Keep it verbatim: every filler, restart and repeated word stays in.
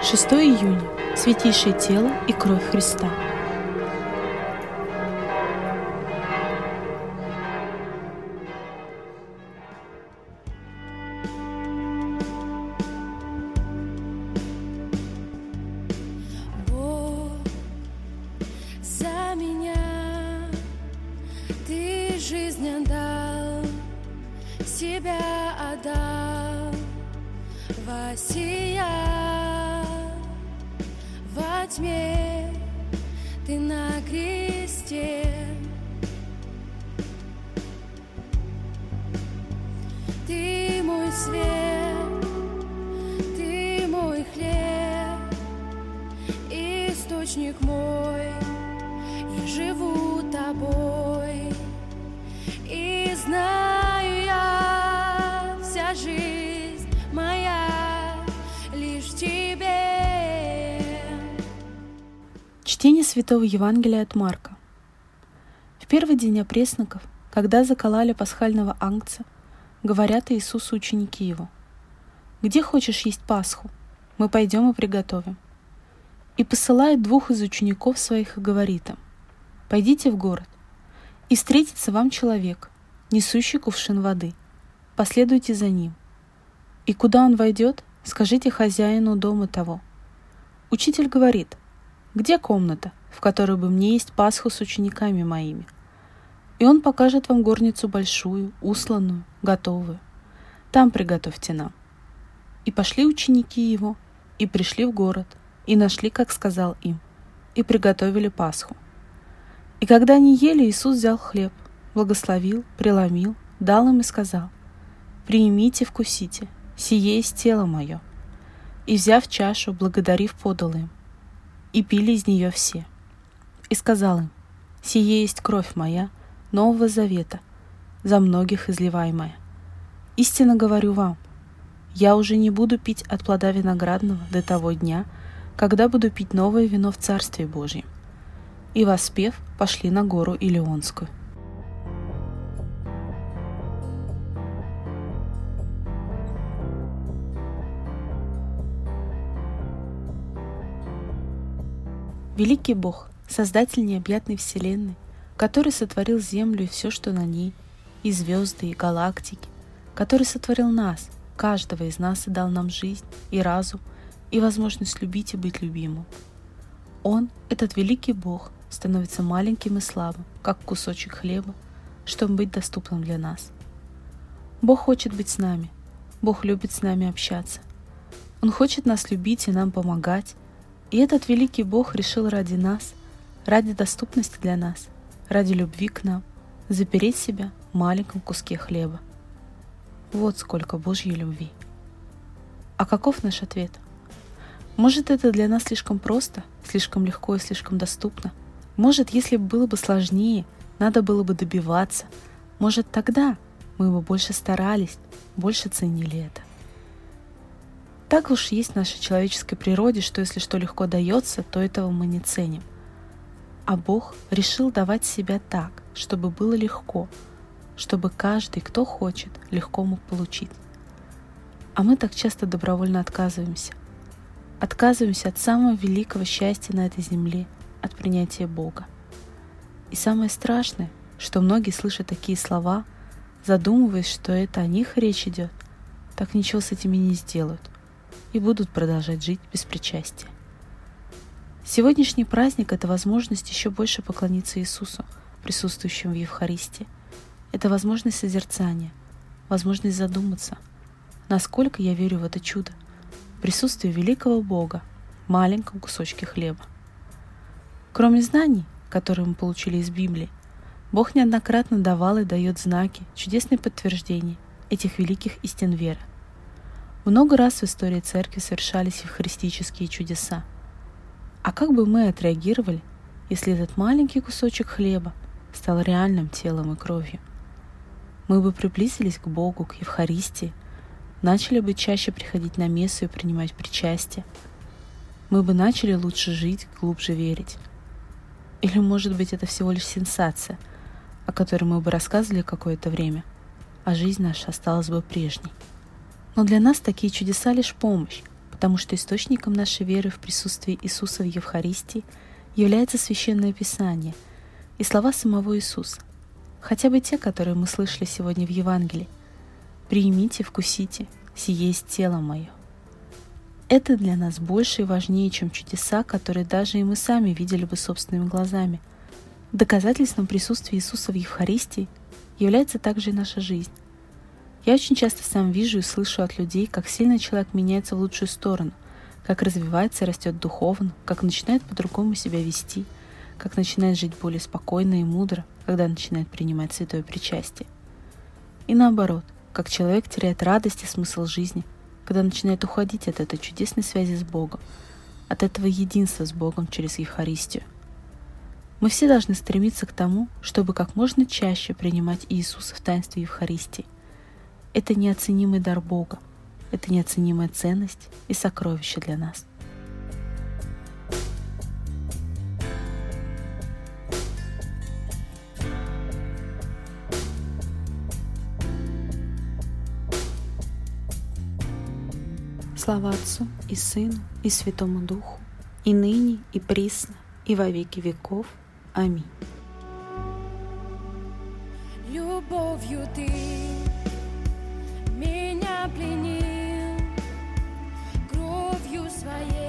шестого июня. Святейшее тело и кровь Христа. Бог, за меня Ты жизнь отдал, себя отдал, воссиял во тьме Ты на кресте. Ты мой свет, Ты мой хлеб, источник мой, я живу Тобой, и знаю я, вся жизнь моя лишь в Тебе. Чтение Святого Евангелия от Марка. В первый день опресноков, когда закололи пасхального агнца, говорят Иисусу ученики Его: «Где хочешь есть Пасху? Мы пойдем и приготовим». И посылает двух из учеников своих и говорит им: «Пойдите в город, и встретится вам человек, несущий кувшин воды. Последуйте за ним. И куда он войдет, скажите хозяину дома того: Учитель говорит: где комната, в которой бы мне есть Пасху с учениками моими? И он покажет вам горницу большую, усланную, готовую. Там приготовьте нам». И пошли ученики его, и пришли в город, и нашли, как сказал им, и приготовили Пасху. И когда они ели, Иисус взял хлеб, благословил, преломил, дал им и сказал: «Приимите, вкусите, сие есть тело мое». И, взяв чашу, благодарив, подал им, и пили из нее все. И сказал им: «Сие есть кровь моя, Нового Завета, за многих изливаемая. Истинно говорю вам, я уже не буду пить от плода виноградного до того дня, когда буду пить новое вино в Царстве Божьем». И, воспев, пошли на гору Илионскую. Великий Бог, Создатель необъятной Вселенной, который сотворил Землю и все, что на ней, и звезды, и галактики, который сотворил нас, каждого из нас, и дал нам жизнь, и разум, и возможность любить и быть любимым. Он, этот великий Бог, становится маленьким и слабым, как кусочек хлеба, чтобы быть доступным для нас. Бог хочет быть с нами, Бог любит с нами общаться. Он хочет нас любить и нам помогать, и этот великий Бог решил ради нас, ради доступности для нас, ради любви к нам, запереть себя в маленьком куске хлеба. Вот сколько Божьей любви. А каков наш ответ? Может, это для нас слишком просто, слишком легко и слишком доступно? Может, если бы было бы сложнее, надо было бы добиваться, может, тогда мы бы больше старались, больше ценили это? Так уж есть в нашей человеческой природе, что если что легко дается, то этого мы не ценим. А Бог решил давать себя так, чтобы было легко, чтобы каждый, кто хочет, легко мог получить. А мы так часто добровольно отказываемся. Отказываемся от самого великого счастья на этой земле, от принятия Бога. И самое страшное, что многие слышат такие слова, задумываясь, что это о них речь идет, так ничего с этими не сделают и будут продолжать жить без причастия. Сегодняшний праздник — это возможность еще больше поклониться Иисусу, присутствующему в Евхаристии. Это возможность созерцания, возможность задуматься, насколько я верю в это чудо, присутствие великого Бога в маленьком кусочке хлеба. Кроме знаний, которые мы получили из Библии, Бог неоднократно давал и дает знаки, чудесные подтверждения этих великих истин веры. Много раз в истории Церкви совершались евхаристические чудеса. А как бы мы отреагировали, если этот маленький кусочек хлеба стал реальным телом и кровью? Мы бы приблизились к Богу, к Евхаристии, начали бы чаще приходить на мессу и принимать причастие. Мы бы начали лучше жить, глубже верить. Или, может быть, это всего лишь сенсация, о которой мы бы рассказывали какое-то время, а жизнь наша осталась бы прежней. Но для нас такие чудеса лишь помощь, потому что источником нашей веры в присутствии Иисуса в Евхаристии является Священное Писание и слова самого Иисуса, хотя бы те, которые мы слышали сегодня в Евангелии. «Примите, вкусите, сие есть тело мое». Это для нас больше и важнее, чем чудеса, которые даже и мы сами видели бы собственными глазами. Доказательством присутствия Иисуса в Евхаристии является также и наша жизнь. Я очень часто сам вижу и слышу от людей, как сильно человек меняется в лучшую сторону, как развивается и растет духовно, как начинает по-другому себя вести, как начинает жить более спокойно и мудро, когда начинает принимать святое причастие. И наоборот, как человек теряет радость и смысл жизни, когда начинает уходить от этой чудесной связи с Богом, от этого единства с Богом через Евхаристию. Мы все должны стремиться к тому, чтобы как можно чаще принимать Иисуса в таинстве Евхаристии. Это неоценимый дар Бога, это неоценимая ценность и сокровище для нас. Слава Отцу и Сыну и Святому Духу, и ныне, и присно, и во веки веков. Аминь. Любовью ты меня пленил, кровью своей